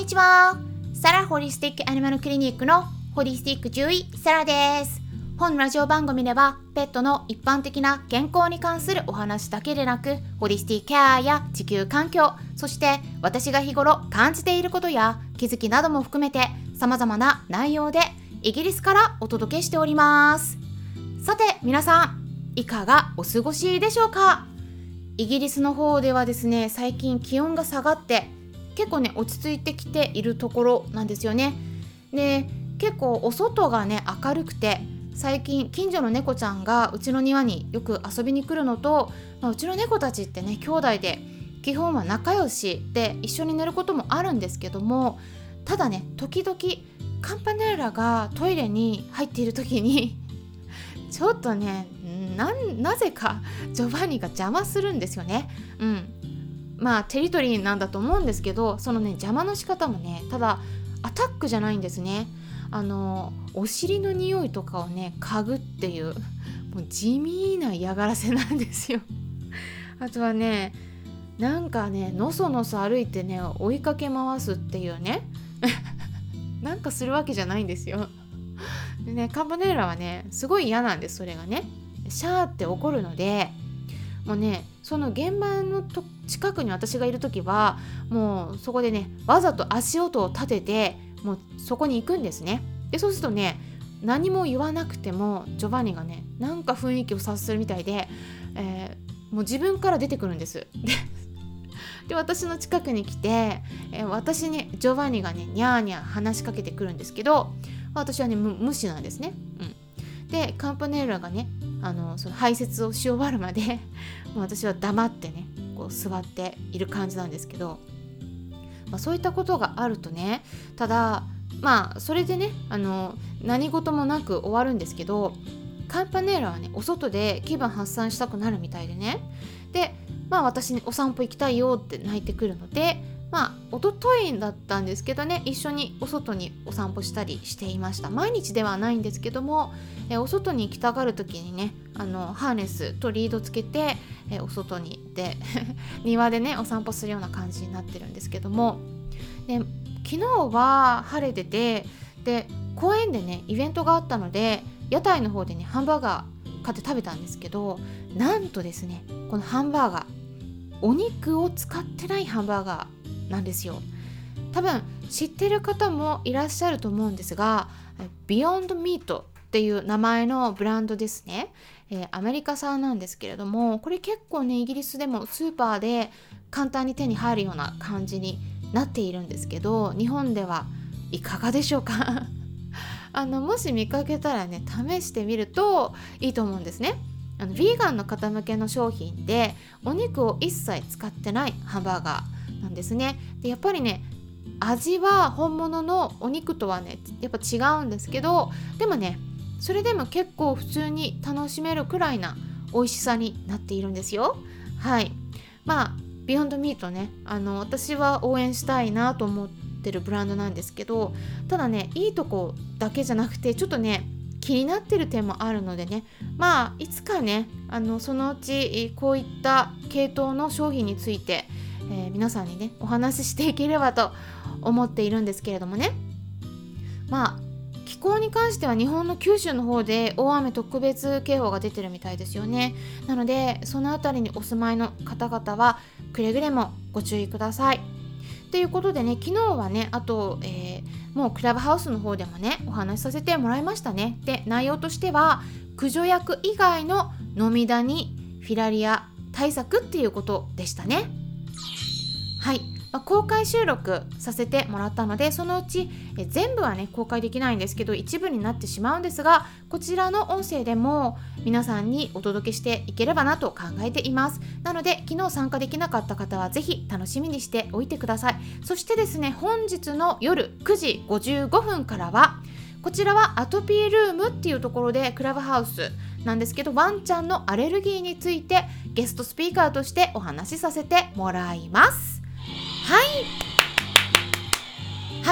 にちは。サラホリスティックアニマルクリニックのホリスティック獣医サラです。本ラジオ番組ではペットの一般的な健康に関するお話だけでなく、ホリスティックケアや地球環境、そして私が日頃感じていることや気づきなども含めて様々な内容でイギリスからお届けしております。さて皆さん、いかがお過ごしでしょうか？イギリスの方ではですね、最近気温が下がって結構ね落ち着いてきているところなんですよね。で、結構お外がね明るくて、最近近所の猫ちゃんがうちの庭によく遊びに来るのと、うちの猫たちってね兄弟で基本は仲良しで一緒に寝ることもあるんですけども、ただね時々カンパネラがトイレに入っている時にちょっとねなぜかジョバンニが邪魔するんですよね。テリトリーなんだと思うんですけど、そのね邪魔の仕方もね、ただアタックじゃないんですね。お尻の匂いとかをね嗅ぐっていう、もう地味な嫌がらせなんですよ。あとはね、なんかねのそのそ歩いてね追いかけ回すっていうねなんかするわけじゃないんですよ。でね、カンパネラはねすごい嫌なんです。それがねシャーって怒るので、もうねその現場の近くに私がいるときはもうそこでねわざと足音を立てて、もうそこに行くんですね。でそうするとね、何も言わなくてもジョバンニがねなんか雰囲気を察するみたいで、もう自分から出てくるんです。で私の近くに来て、私にジョバンニがねニャーニャー話しかけてくるんですけど、私はね無視なんですね。でカンパネラがねその排泄をし終わるまでもう私は黙ってねこう座っている感じなんですけど、そういったことがあるとね、ただそれでね何事もなく終わるんですけど、カンパネラはねお外で気分発散したくなるみたいでね、で私にお散歩行きたいよって泣いてくるので、一昨日だったんですけどね、一緒にお外にお散歩したりしていました。毎日ではないんですけども、お外に行きたがる時にねハーネスとリードつけて、お外に行って庭でねお散歩するような感じになってるんですけども、で昨日は晴れてて、で公園でねイベントがあったので屋台の方でねハンバーガー買って食べたんですけど、なんとですねこのハンバーガーお肉を使ってないハンバーガーなんですよ。多分知ってる方もいらっしゃると思うんですが、ビヨンドミートっていう名前のブランドですね。アメリカ産なんですけれども、これ結構ねイギリスでもスーパーで簡単に手に入るような感じになっているんですけど、日本ではいかがでしょうかもし見かけたらね試してみるといいと思うんですね。ヴィーガンの方向けの商品でお肉を一切使ってないハンバーガーなんですね。でやっぱりね味は本物のお肉とはねやっぱ違うんですけど、でもねそれでも結構普通に楽しめるくらいな美味しさになっているんですよ。はい。ビヨンドミートね私は応援したいなと思ってるブランドなんですけど、ただねいいとこだけじゃなくてちょっとね気になってる点もあるのでね、いつかねそのうちこういった系統の商品について、皆さんにねお話ししていければと思っているんですけれどもね。気候に関しては日本の九州の方で大雨特別警報が出てるみたいですよね。なのでそのあたりにお住まいの方々はくれぐれもご注意ください。ということでね、昨日はねあと、もうクラブハウスの方でもねお話しさせてもらいましたね。で内容としては駆除薬以外の飲みダニフィラリア対策っていうことでしたね。はい。公開収録させてもらったので、そのうち全部はね公開できないんですけど一部になってしまうんですが、こちらの音声でも皆さんにお届けしていければなと考えています。なので昨日参加できなかった方はぜひ楽しみにしておいてください。そしてですね、本日の夜9時55分からはこちらはアトピールームっていうところでクラブハウスなんですけど、ワンちゃんのアレルギーについてゲストスピーカーとしてお話しさせてもらいます。はい。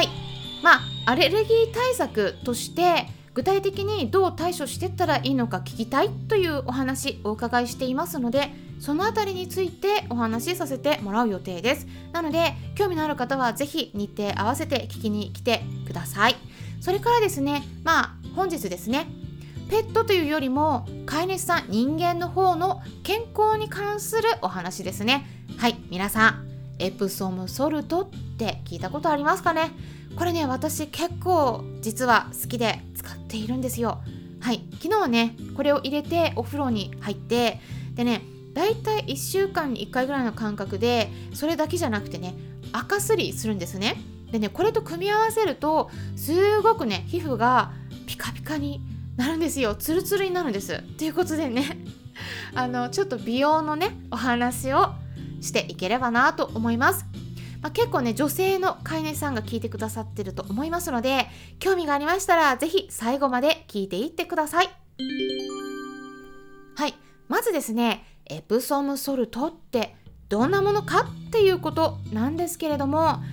アレルギー対策として具体的にどう対処していったらいいのか聞きたいというお話をお伺いしていますので、 そのあたりについてお話しさせてもらう予定です。なので興味のある方はぜひ日程合わせて聞きに来てください。それからですね、本日ですね、ペットというよりも飼い主さん人間の方の健康に関するお話ですね。はい、皆さんエプソムソルトって聞いたことありますかね。これね、私結構実は好きで使っているんですよ。はい、昨日はねこれを入れてお風呂に入って、でね、だいたい1週間に1回ぐらいの間隔で、それだけじゃなくてね、赤すりするんですね。でね、これと組み合わせるとすごくね、皮膚がピカピカになるんですよ。ツルツルになるんです。ということでねちょっと美容のねお話をしていければなと思います。結構ね、女性の飼い主さんが聞いてくださってると思いますので、興味がありましたらぜひ最後まで聞いていってください。はい、まずですね、エプソムソルトってどんなものかっていうことなんですけれども、はい、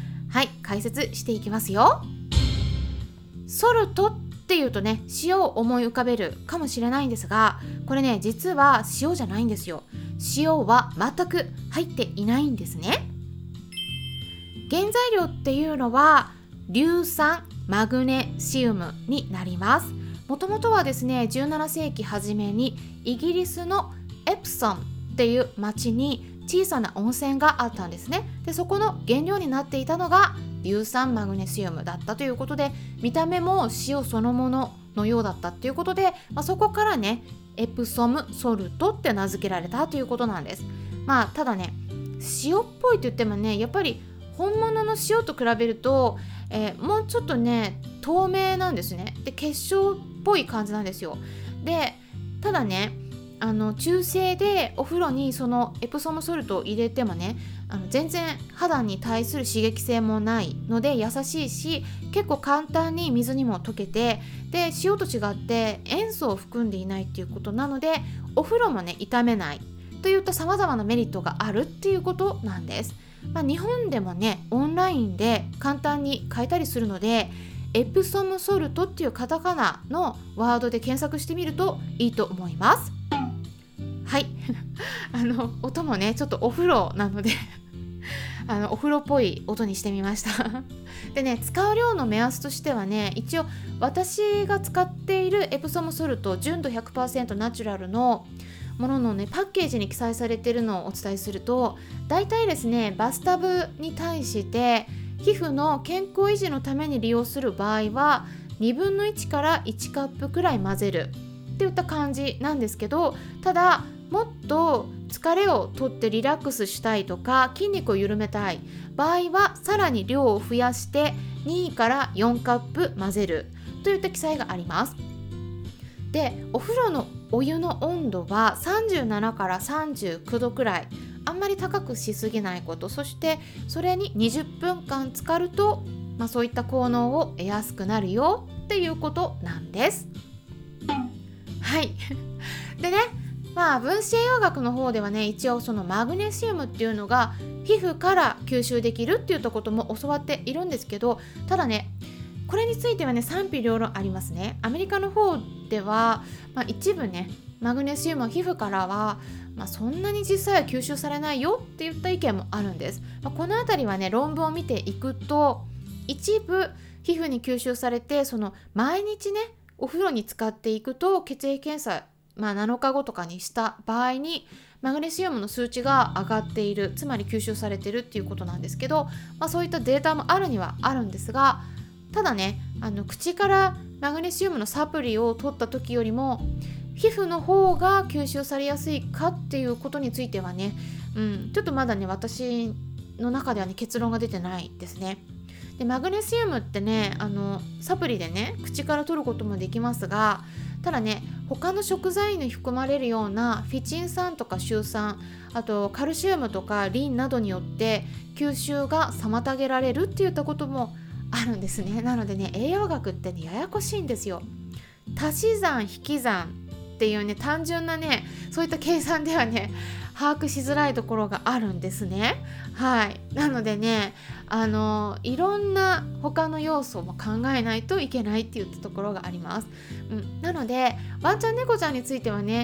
解説していきますよ。ソルトっていうとね、塩を思い浮かべるかもしれないんですが、これね、実は塩じゃないんですよ。塩は全く入っていないんですね。原材料っていうのは硫酸マグネシウムになります。もともとはですね、17世紀初めにイギリスのエプソムっていう町に小さな温泉があったんですね。で、そこの原料になっていたのが硫酸マグネシウムだったということで、見た目も塩そのもののようだったということで、そこからね、エプソムソルトって名付けられたということなんです。ただね、塩っぽいと言ってもね、やっぱり本物の塩と比べると、もうちょっとね透明なんですね。で、結晶っぽい感じなんですよ。で、ただね、中性でお風呂にそのエプソムソルトを入れてもね、全然肌に対する刺激性もないので優しいし、結構簡単に水にも溶けて、で、塩と違って塩素を含んでいないっていうことなので、お風呂もね傷めないといったさまざまなメリットがあるっていうことなんです。日本でもねオンラインで簡単に買えたりするので、エプソムソルトっていうカタカナのワードで検索してみるといいと思います。はい音もねちょっとお風呂なのでお風呂っぽい音にしてみましたでね、使う量の目安としてはね、一応私が使っているエプソムソルト純度 100% ナチュラルのもののね、パッケージに記載されているのをお伝えすると、だいたいですね、バスタブに対して皮膚の健康維持のために利用する場合は2分の1から1カップくらい混ぜるっていった感じなんですけど、ただもっと疲れを取ってリラックスしたいとか、筋肉を緩めたい場合はさらに量を増やして2から4カップ混ぜるといった記載があります。で、お風呂のお湯の温度は37から39度くらい、あんまり高くしすぎないこと、そしてそれに20分間浸かると、そういった効能を得やすくなるよっていうことなんです。はいでね、分子栄養学の方ではね、一応そのマグネシウムっていうのが皮膚から吸収できるっていったことも教わっているんですけど、ただね、これについてはね賛否両論ありますね。アメリカの方では、一部ねマグネシウムは皮膚からは、そんなに実際は吸収されないよっていった意見もあるんです。このあたりはね論文を見ていくと、一部皮膚に吸収されて、その毎日ねお風呂に浸かっていくと血液検査、7日後とかにした場合にマグネシウムの数値が上がっている、つまり吸収されているっていうことなんですけど、そういったデータもあるにはあるんですが、ただね、口からマグネシウムのサプリを取った時よりも皮膚の方が吸収されやすいかっていうことについてはね、ちょっとまだね私の中ではね結論が出てないですね。で、マグネシウムってねサプリでね口から取ることもできますが、ただね、他の食材に含まれるようなフィチン酸とかシュウ酸、あとカルシウムとかリンなどによって吸収が妨げられるっていったこともあるんですね。なのでね、栄養学ってねややこしいんですよ。足し算引き算っていうね単純なねそういった計算ではね把握しづらいところがあるんですね。はい。なのでね、いろんな他の要素も考えないといけないっていったところがあります。なのでワンちゃん猫ちゃんについてはね、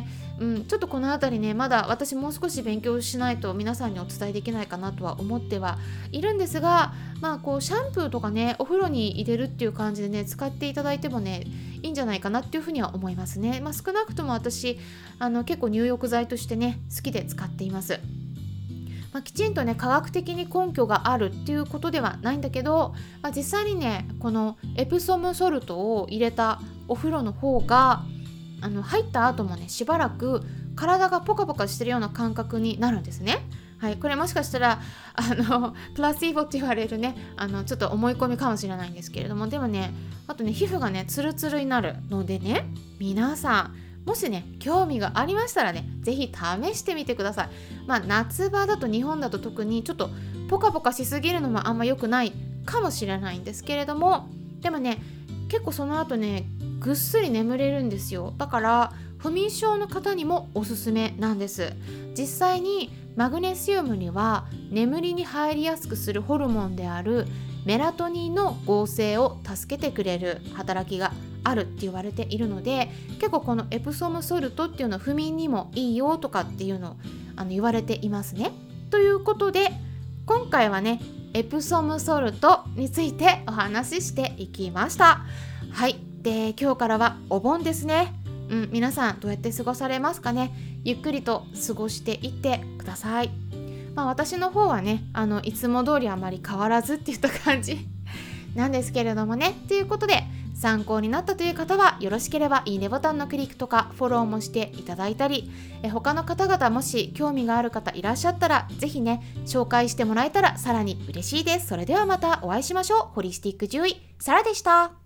ちょっとこのあたりね、まだ私もう少し勉強しないと皆さんにお伝えできないかなとは思ってはいるんですが、こうシャンプーとかね、お風呂に入れるっていう感じでね、使っていただいてもね、いいんじゃないかなっていうふうには思いますね。少なくとも私結構入浴剤としてね、好きで使っています。きちんとね科学的に根拠があるっていうことではないんだけど、実際にねこのエプソムソルトを入れたお風呂の方が入った後もねしばらく体がポカポカしてるような感覚になるんですね。はい、これもしかしたらプラシーボって言われるねちょっと思い込みかもしれないんですけれども、でもねあとね皮膚がねツルツルになるのでね、皆さんもしね興味がありましたらね、ぜひ試してみてください。夏場だと、日本だと特にちょっとポカポカしすぎるのもあんま良くないかもしれないんですけれども、でもね結構その後ねぐっすり眠れるんですよ。だから不眠症の方にもおすすめなんです。実際にマグネシウムには眠りに入りやすくするホルモンであるメラトニンの合成を助けてくれる働きがあるって言われているので、結構このエプソムソルトっていうのは不眠にもいいよとかっていうのを言われていますね。ということで今回はねエプソムソルトについてお話ししていきました。はい、で今日からはお盆ですね。皆さんどうやって過ごされますかね。ゆっくりと過ごしていってください。私の方はねいつも通りあまり変わらずっていった感じなんですけれどもね。ということで参考になったという方はよろしければいいねボタンのクリックとかフォローもしていただいたり、他の方々もし興味がある方いらっしゃったらぜひね紹介してもらえたらさらに嬉しいです。それではまたお会いしましょう。ホリスティック獣医サラでした。